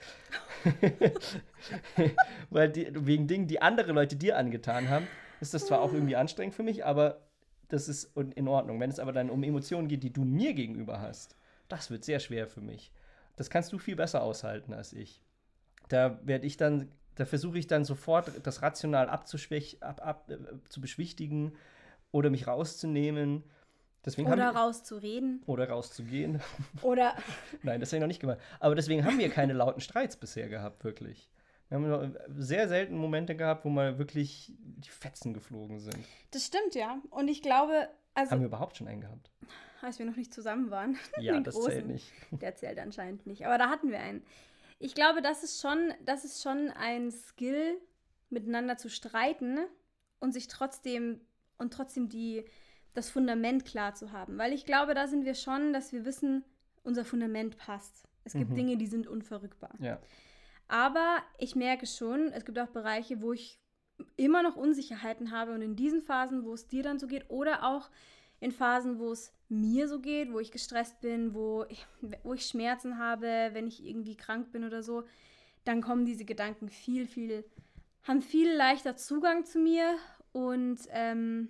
weil die, wegen Dingen, die andere Leute dir angetan haben, ist das zwar auch irgendwie anstrengend für mich, aber das ist in Ordnung. Wenn es aber dann um Emotionen geht, die du mir gegenüber hast, das wird sehr schwer für mich. Das kannst du viel besser aushalten als ich. Da werde ich dann Da versuche ich dann sofort, das rational abzuschwäch, ab, ab, äh, zu beschwichtigen oder mich rauszunehmen. Deswegen Oder haben wir, rauszureden. oder rauszugehen. Oder Nein, das habe ich noch nicht gemacht. Aber deswegen haben wir keine lauten Streits bisher gehabt, wirklich. Wir haben nur sehr selten Momente gehabt, wo mal wirklich die Fetzen geflogen sind. das stimmt, ja. Und ich glaube, also Haben wir überhaupt schon einen gehabt? als wir noch nicht zusammen waren, Ja, den das Großen, zählt nicht. der zählt anscheinend nicht. Aber da hatten wir einen. Ich glaube, das ist schon, das ist schon ein Skill, miteinander zu streiten und sich trotzdem und trotzdem die, das Fundament klar zu haben. Weil ich glaube, da sind wir schon, dass wir wissen, unser Fundament passt. Es gibt Mhm. Dinge, die sind unverrückbar. Ja. Aber ich merke schon, es gibt auch Bereiche, wo ich immer noch Unsicherheiten habe und in diesen Phasen, wo es dir dann so geht oder auch in Phasen, wo es mir so geht, wo ich gestresst bin, wo ich, wo ich Schmerzen habe, wenn ich irgendwie krank bin oder so, dann kommen diese Gedanken viel, viel, haben viel leichter Zugang zu mir und ähm,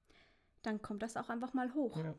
dann kommt das auch einfach mal hoch. Ja.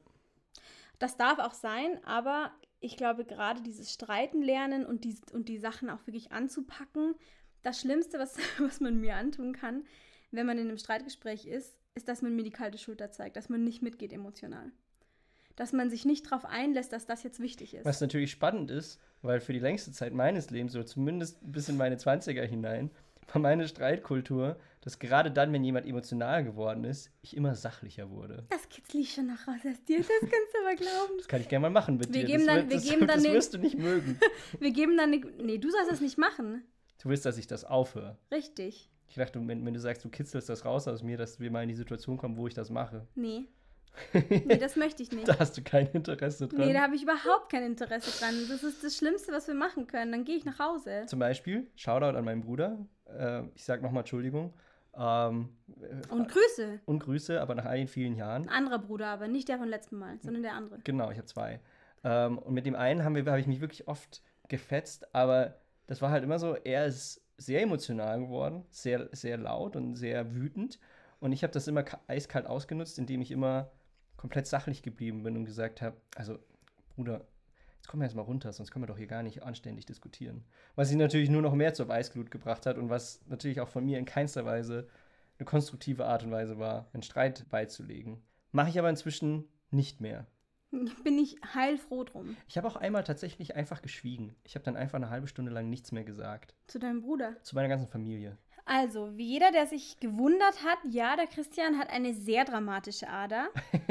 Das darf auch sein, aber ich glaube, gerade dieses Streiten lernen und die, und die Sachen auch wirklich anzupacken, das Schlimmste, was, was man mir antun kann, wenn man in einem Streitgespräch ist, ist, dass man mir die kalte Schulter zeigt, dass man nicht mitgeht emotional. Dass man sich nicht darauf einlässt, dass das jetzt wichtig ist. Was natürlich spannend ist, weil für die längste Zeit meines Lebens, oder zumindest bis in meine zwanziger hinein, war meine Streitkultur, dass gerade dann, wenn jemand emotional geworden ist, ich immer sachlicher wurde. Das kitzle ich schon noch raus aus dir, das kannst du aber glauben. Das kann ich gerne mal machen mit Wir dir. geben das dann- wird, wir das, geben dann das den- wirst du nicht mögen. Wir geben dann eine... Nee, du sollst das nicht machen. Du willst, dass ich das aufhöre. Richtig. Ich dachte, wenn, wenn du sagst, du kitzelst das raus aus mir, dass wir mal in die Situation kommen, wo ich das mache. Nee. Nee, das möchte ich nicht. Da hast du kein Interesse dran. Nee, da habe ich überhaupt kein Interesse dran. Das ist das Schlimmste, was wir machen können. Dann gehe ich nach Hause. Zum Beispiel, Shoutout an meinen Bruder. Äh, ich sag nochmal Entschuldigung. Ähm, äh, Und Grüße. und Grüße, aber nach all den vielen Jahren. Ein anderer Bruder, aber nicht der von letztem Mal, sondern der andere. Genau, ich habe zwei. Ähm, und mit dem einen haben wir, habe ich mich wirklich oft gefetzt, aber das war halt immer so, er ist sehr emotional geworden, sehr, sehr laut und sehr wütend. Und ich habe das immer ka- eiskalt ausgenutzt, indem ich immer komplett sachlich geblieben bin und gesagt habe, also Bruder, jetzt komm jetzt mal runter, sonst können wir doch hier gar nicht anständig diskutieren. Was ihn natürlich nur noch mehr zur Weißglut gebracht hat und was natürlich auch von mir in keinster Weise eine konstruktive Art und Weise war, einen Streit beizulegen. Mache ich aber inzwischen nicht mehr. Bin ich heilfroh drum. Ich habe auch einmal tatsächlich einfach geschwiegen. Ich habe dann einfach eine halbe Stunde lang nichts mehr gesagt. Zu deinem Bruder. Zu meiner ganzen Familie. Also, wie jeder, der sich gewundert hat, ja, der Christian hat eine sehr dramatische Ader.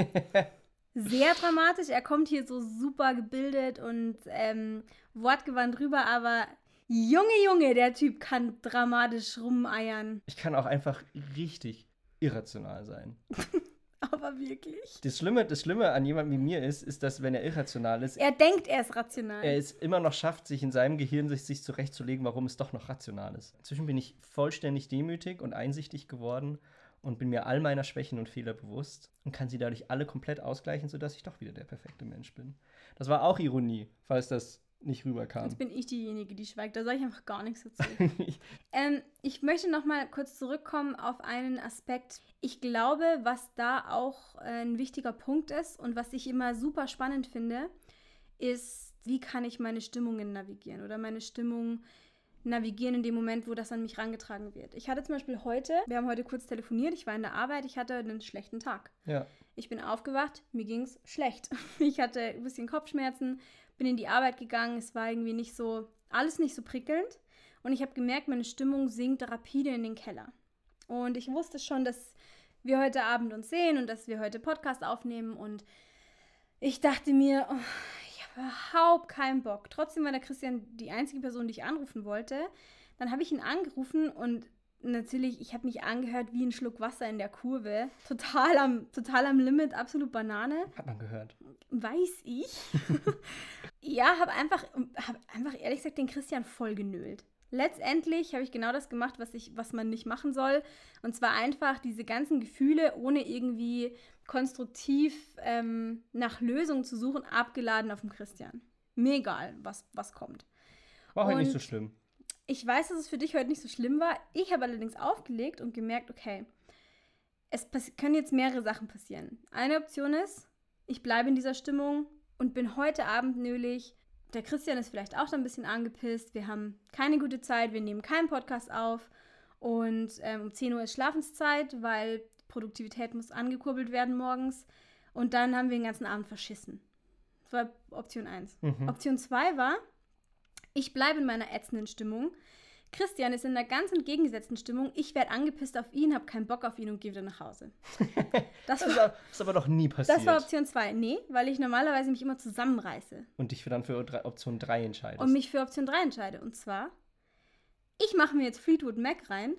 Sehr dramatisch. Er kommt hier so super gebildet und ähm, wortgewandt rüber, aber Junge, Junge, der Typ kann dramatisch rumeiern. Ich kann auch einfach richtig irrational sein. Aber wirklich. Das Schlimme, das Schlimme an jemandem wie mir ist, ist, dass wenn er irrational ist, Er denkt, er ist rational. er es immer noch schafft, sich in seinem Gehirn sich, sich zurechtzulegen, warum es doch noch rational ist. Inzwischen bin ich vollständig demütig und einsichtig geworden und bin mir all meiner Schwächen und Fehler bewusst und kann sie dadurch alle komplett ausgleichen, sodass ich doch wieder der perfekte Mensch bin. Das war auch Ironie, falls das nicht rüberkam. Jetzt bin ich diejenige, die schweigt. Da sage ich einfach gar nichts dazu. ähm, ich möchte noch mal kurz zurückkommen auf einen Aspekt. Ich glaube, was da auch äh, ein wichtiger Punkt ist und was ich immer super spannend finde, ist, wie kann ich meine Stimmungen navigieren oder meine Stimmung navigieren in dem Moment, wo das an mich rangetragen wird. Ich hatte zum Beispiel heute, wir haben heute kurz telefoniert, ich war in der Arbeit, ich hatte einen schlechten Tag. Ja. Ich bin aufgewacht, mir ging es schlecht. Ich hatte ein bisschen Kopfschmerzen, bin in die Arbeit gegangen, es war irgendwie nicht so, alles nicht so prickelnd. Und ich habe gemerkt, meine Stimmung sinkt rapide in den Keller. Und ich wusste schon, dass wir heute Abend uns sehen und dass wir heute Podcast aufnehmen. Und ich dachte mir, oh, ich habe überhaupt keinen Bock. Trotzdem war der Christian die einzige Person, die ich anrufen wollte. Dann habe ich ihn angerufen und natürlich, ich habe mich angehört wie ein Schluck Wasser in der Kurve. Total am, total am Limit, absolut Banane. Hat man gehört. Weiß ich. Ja, habe einfach, hab einfach ehrlich gesagt den Christian voll genölt. Letztendlich habe ich genau das gemacht, was, ich, was man nicht machen soll. Und zwar einfach diese ganzen Gefühle, ohne irgendwie konstruktiv ähm, nach Lösungen zu suchen, abgeladen auf den Christian. Mir egal, was, was kommt. War heute Und nicht so schlimm. Ich weiß, dass es für dich heute nicht so schlimm war. Ich habe allerdings aufgelegt und gemerkt, okay, es pass- können jetzt mehrere Sachen passieren. Eine Option ist, ich bleibe in dieser Stimmung und bin heute Abend nölig. Der Christian ist vielleicht auch da ein bisschen angepisst. Wir haben keine gute Zeit, wir nehmen keinen Podcast auf. Und ähm, um zehn Uhr ist Schlafenszeit, weil Produktivität muss angekurbelt werden morgens. Und dann haben wir den ganzen Abend verschissen. Das war Option eins. Mhm. Option zwei war, ich bleibe in meiner ätzenden Stimmung. Christian ist in einer ganz entgegengesetzten Stimmung. Ich werde angepisst auf ihn, habe keinen Bock auf ihn und gehe wieder nach Hause. Das, Das war, ist aber doch nie passiert. das war Option zwei. Nee, weil ich normalerweise mich immer zusammenreiße Und dich für dann für Option drei entscheidest. und mich für Option drei entscheide. Und zwar, ich mache mir jetzt Fleetwood Mac rein,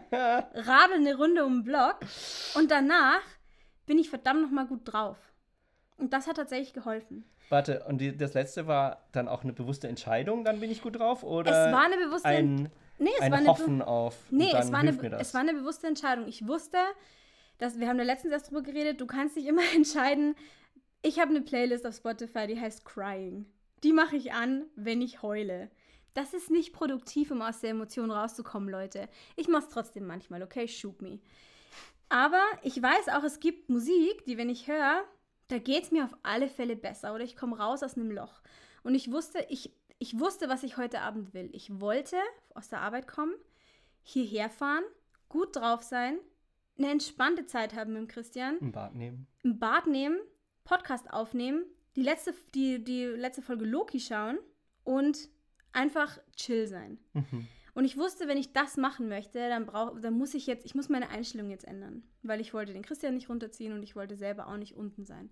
radel eine Runde um den Block und danach bin ich verdammt nochmal gut drauf. Und das hat tatsächlich geholfen. Warte, und die, das letzte war dann auch eine bewusste Entscheidung, dann bin ich gut drauf? Oder Es war eine bewusste ein, nee, es ein war eine Hoffen Be- auf, Nee, und dann es war, hilft eine, mir das. es war eine bewusste Entscheidung. Ich wusste, dass, wir haben da letztens erst drüber geredet, du kannst dich immer entscheiden. Ich habe eine Playlist auf Spotify, die heißt Crying. Die mache ich an, wenn ich heule. Das ist nicht produktiv, um aus der Emotion rauszukommen, Leute. Ich mache es trotzdem manchmal, okay? Shoot me. Aber ich weiß auch, es gibt Musik, die, wenn ich höre, da geht es mir auf alle Fälle besser oder ich komme raus aus einem Loch. Und ich wusste, ich, ich wusste, was ich heute Abend will. Ich wollte aus der Arbeit kommen, hierher fahren, gut drauf sein, eine entspannte Zeit haben mit dem Christian, Ein Bad nehmen. ein Bad nehmen, Podcast aufnehmen, die letzte, die, die letzte Folge Loki schauen und einfach chill sein. Mhm. Und ich wusste, wenn ich das machen möchte, dann, brauch, dann muss ich jetzt, ich muss meine Einstellung jetzt ändern. Weil ich wollte den Christian nicht runterziehen und ich wollte selber auch nicht unten sein.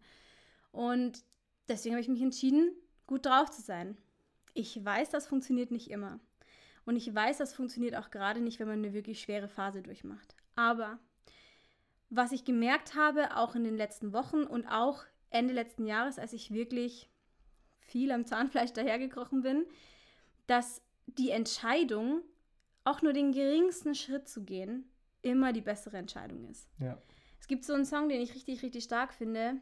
Und deswegen habe ich mich entschieden, gut drauf zu sein. Ich weiß, das funktioniert nicht immer. Und ich weiß, das funktioniert auch gerade nicht, wenn man eine wirklich schwere Phase durchmacht. Aber was ich gemerkt habe, auch in den letzten Wochen und auch Ende letzten Jahres, als ich wirklich viel am Zahnfleisch dahergekrochen bin, dass die Entscheidung, auch nur den geringsten Schritt zu gehen, immer die bessere Entscheidung ist. Ja. Es gibt so einen Song, den ich richtig, richtig stark finde.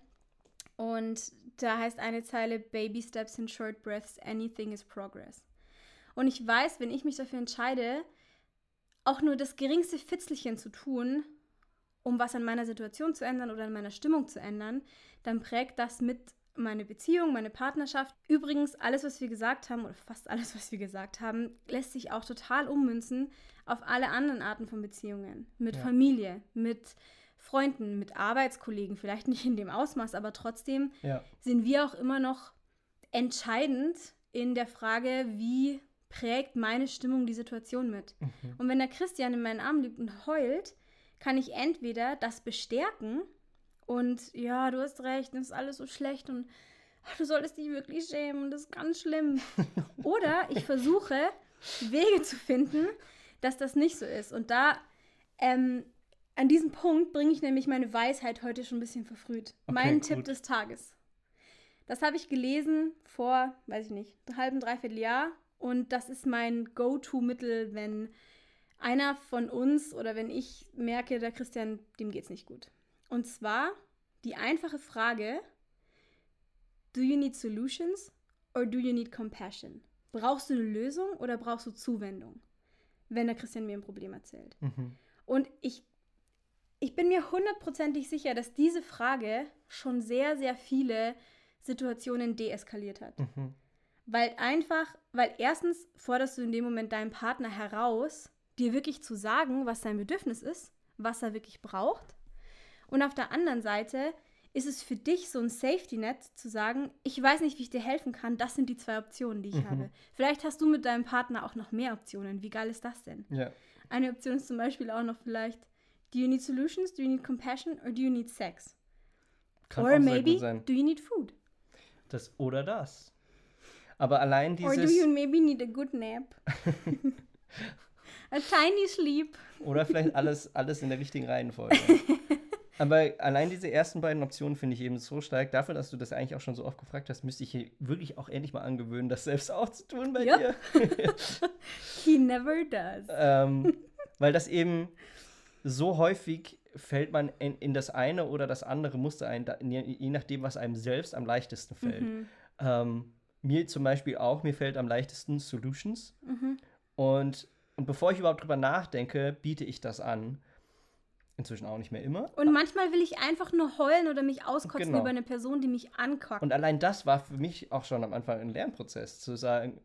Und da heißt eine Zeile, Baby steps in short breaths, anything is progress. Und ich weiß, wenn ich mich dafür entscheide, auch nur das geringste Fitzelchen zu tun, um was an meiner Situation zu ändern oder an meiner Stimmung zu ändern, dann prägt das mit meine Beziehung, meine Partnerschaft. Übrigens, alles, was wir gesagt haben, oder fast alles, was wir gesagt haben, lässt sich auch total ummünzen auf alle anderen Arten von Beziehungen. Mit Ja. Familie, mit Freunden, mit Arbeitskollegen, vielleicht nicht in dem Ausmaß, aber trotzdem Ja. sind wir auch immer noch entscheidend in der Frage, wie prägt meine Stimmung die Situation mit. Mhm. Und wenn der Christian in meinen Arm liegt und heult, kann ich entweder das bestärken und ja, du hast recht, das ist alles so schlecht und ach, du solltest dich wirklich schämen und das ist ganz schlimm. Oder ich versuche, Wege zu finden, dass das nicht so ist. Und da, ähm, an diesem Punkt bringe ich nämlich meine Weisheit heute schon ein bisschen verfrüht. Okay, mein gut. Tipp des Tages. Das habe ich gelesen vor, weiß ich nicht, einem halben, dreiviertel Jahr. Und das ist mein Go-To-Mittel, wenn einer von uns oder wenn ich merke, der Christian, dem geht's nicht gut. Und zwar die einfache Frage, do you need solutions or do you need compassion? Brauchst du eine Lösung oder brauchst du Zuwendung, wenn der Christian mir ein Problem erzählt? Mhm. Und ich, ich bin mir hundertprozentig sicher, dass diese Frage schon sehr, sehr viele Situationen deeskaliert hat. Mhm. Weil einfach, weil erstens forderst du in dem Moment deinen Partner heraus, dir wirklich zu sagen, was sein Bedürfnis ist, was er wirklich braucht. Und auf der anderen Seite ist es für dich so ein Safety-Net zu sagen, ich weiß nicht, wie ich dir helfen kann, das sind die zwei Optionen, die ich mhm. habe. Vielleicht hast du mit deinem Partner auch noch mehr Optionen. Wie geil ist das denn? Ja. Eine Option ist zum Beispiel auch noch vielleicht, do you need solutions, do you need compassion or do you need sex? Kann Or auch maybe, sehr gut sein. do you need food? Das oder das. Aber allein dieses... Or do you maybe need a good nap? A tiny sleep. Oder vielleicht alles, alles in der richtigen Reihenfolge. Aber allein diese ersten beiden Optionen finde ich eben so stark. Dafür, dass du das eigentlich auch schon so oft gefragt hast, müsste ich hier wirklich auch endlich mal angewöhnen, das selbst auch zu tun bei yep. dir. He never does. ähm, weil das eben so häufig fällt man in, in das eine oder das andere Muster ein, da, je, je nachdem, was einem selbst am leichtesten fällt. Mhm. Ähm, mir zum Beispiel auch, mir fällt am leichtesten Solutions. Mhm. Und, und bevor ich überhaupt drüber nachdenke, biete ich das an. Inzwischen auch nicht mehr immer. Und manchmal will ich einfach nur heulen oder mich auskotzen Genau. über eine Person, die mich ankackt. Und allein das war für mich auch schon am Anfang ein Lernprozess, zu sagen,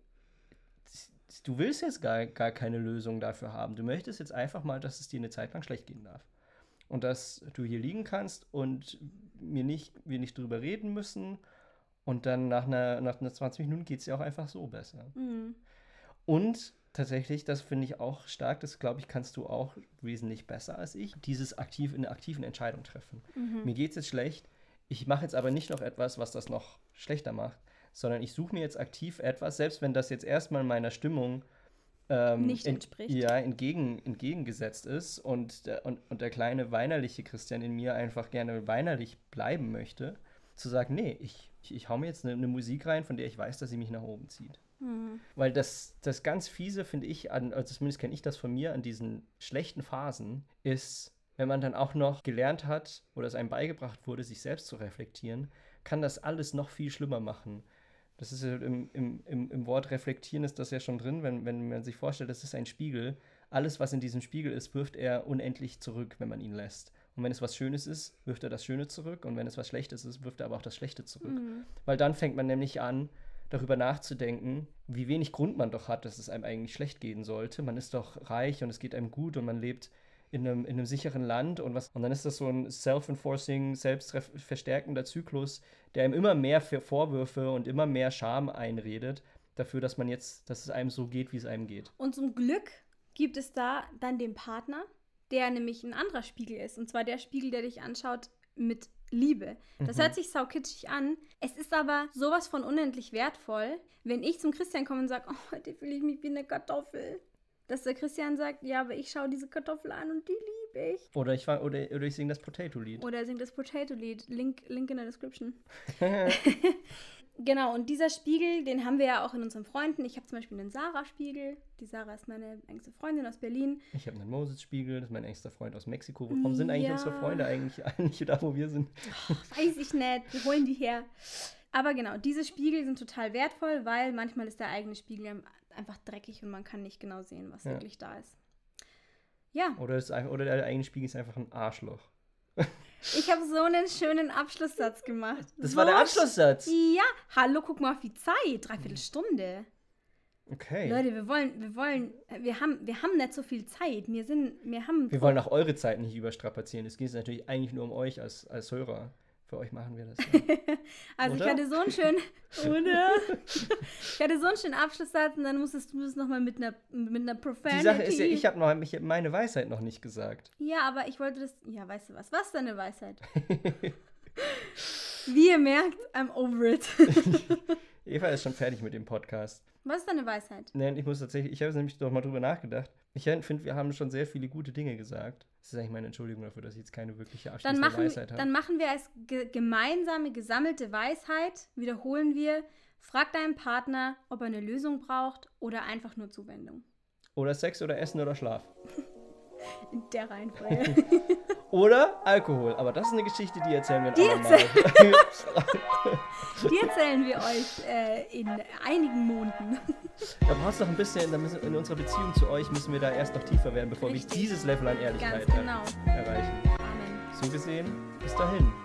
du willst jetzt gar, gar keine Lösung dafür haben. Du möchtest jetzt einfach mal, dass es dir eine Zeit lang schlecht gehen darf. Und dass du hier liegen kannst und mir nicht, wir nicht drüber reden müssen. Und dann nach einer, nach einer zwanzig Minuten geht es dir auch einfach so besser. Mhm. Und tatsächlich, das finde ich auch stark, das glaube ich, kannst du auch wesentlich besser als ich, dieses aktiv in der aktiven Entscheidung treffen. Mhm. Mir geht es jetzt schlecht, ich mache jetzt aber nicht noch etwas, was das noch schlechter macht, sondern ich suche mir jetzt aktiv etwas, selbst wenn das jetzt erstmal meiner Stimmung ähm, nicht entspricht. In, ja, entgegen, entgegengesetzt ist und der, und, und der kleine weinerliche Christian in mir einfach gerne weinerlich bleiben möchte, zu sagen, nee, ich, ich, ich hau mir jetzt eine, eine Musik rein, von der ich weiß, dass sie mich nach oben zieht. Mhm. Weil das, das ganz Fiese, finde ich, an, also zumindest kenne ich das von mir, an diesen schlechten Phasen, ist, wenn man dann auch noch gelernt hat oder es einem beigebracht wurde, sich selbst zu reflektieren, kann das alles noch viel schlimmer machen. Das ist ja im, im, im, im Wort reflektieren ist das ja schon drin, wenn, wenn man sich vorstellt, das ist ein Spiegel. Alles, was in diesem Spiegel ist, wirft er unendlich zurück, wenn man ihn lässt. Und wenn es was Schönes ist, wirft er das Schöne zurück. Und wenn es was Schlechtes ist, wirft er aber auch das Schlechte zurück. Mhm. Weil dann fängt man nämlich an, darüber nachzudenken, wie wenig Grund man doch hat, dass es einem eigentlich schlecht gehen sollte. Man ist doch reich und es geht einem gut und man lebt in einem, in einem sicheren Land und was. Und dann ist das so ein self-enforcing, selbstverstärkender Zyklus, der einem immer mehr für Vorwürfe und immer mehr Scham einredet, dafür, dass man jetzt, dass es einem so geht, wie es einem geht. Und zum Glück gibt es da dann den Partner, der nämlich ein anderer Spiegel ist. Und zwar der Spiegel, der dich anschaut mit Liebe. Das mhm. hört sich saukitschig an. Es ist aber sowas von unendlich wertvoll, wenn ich zum Christian komme und sage, oh, heute fühle ich mich wie eine Kartoffel. Dass der Christian sagt, ja, aber ich schaue diese Kartoffel an und die liebe ich. Oder ich, oder, oder ich singe das Potato-Lied. Oder er singt das Potato-Lied. Link, Link in der Description. Genau, und dieser Spiegel, den haben wir ja auch in unseren Freunden. Ich habe zum Beispiel einen Sarah-Spiegel. Die Sarah ist meine engste Freundin aus Berlin. Ich habe einen Moses-Spiegel, das ist mein engster Freund aus Mexiko. Warum sind eigentlich ja. unsere Freunde eigentlich, eigentlich da, wo wir sind? Oh, weiß ich nicht, wir holen die her. Aber genau, diese Spiegel sind total wertvoll, weil manchmal ist der eigene Spiegel einfach dreckig und man kann nicht genau sehen, was ja. wirklich da ist. Ja. Oder, ist, oder der eigene Spiegel ist einfach ein Arschloch. Ich habe so einen schönen Abschlusssatz gemacht. Das so war der Abschlusssatz? Ja. Hallo, guck mal auf die Zeit. Dreiviertel Stunde. Okay. Leute, wir wollen, wir wollen, wir haben, wir haben nicht so viel Zeit. Wir sind, wir haben... Wir wollen auch eure Zeit nicht überstrapazieren. Es geht natürlich eigentlich nur um euch als, als Hörer. Für euch machen wir das. Ja. Also oder? ich hatte so einen schönen... Oder? Ich hatte so einen schönen Abschlusssatz und dann musstest du es nochmal mit einer, mit einer Profanity... Die Sache ist ja, ich habe noch ich hab meine Weisheit noch nicht gesagt. Ja, aber ich wollte das... Ja, weißt du was? Was ist deine Weisheit? Wie ihr merkt, I'm over it. Eva ist schon fertig mit dem Podcast. Was ist deine Weisheit? Nein, ich muss tatsächlich... Ich habe nämlich doch mal drüber nachgedacht. Ich finde, wir haben schon sehr viele gute Dinge gesagt. Das ist eigentlich meine Entschuldigung dafür, dass ich jetzt keine wirkliche abschließende dann machen, Weisheit habe. Dann machen wir als ge- gemeinsame, gesammelte Weisheit, wiederholen wir, frag deinen Partner, ob er eine Lösung braucht oder einfach nur Zuwendung. Oder Sex oder Essen oder Schlaf. In der Reihenfolge. Oder Alkohol. Aber das ist eine Geschichte, die erzählen wir die ein erzähl- andermal. Die erzählen wir euch äh, in einigen Monaten. Da braucht es noch ein bisschen, da müssen, in unserer Beziehung zu euch müssen wir da erst noch tiefer werden, bevor Richtig. wir dieses Level an Ehrlichkeit Ganz genau. er- erreichen. Amen. So gesehen, bis dahin.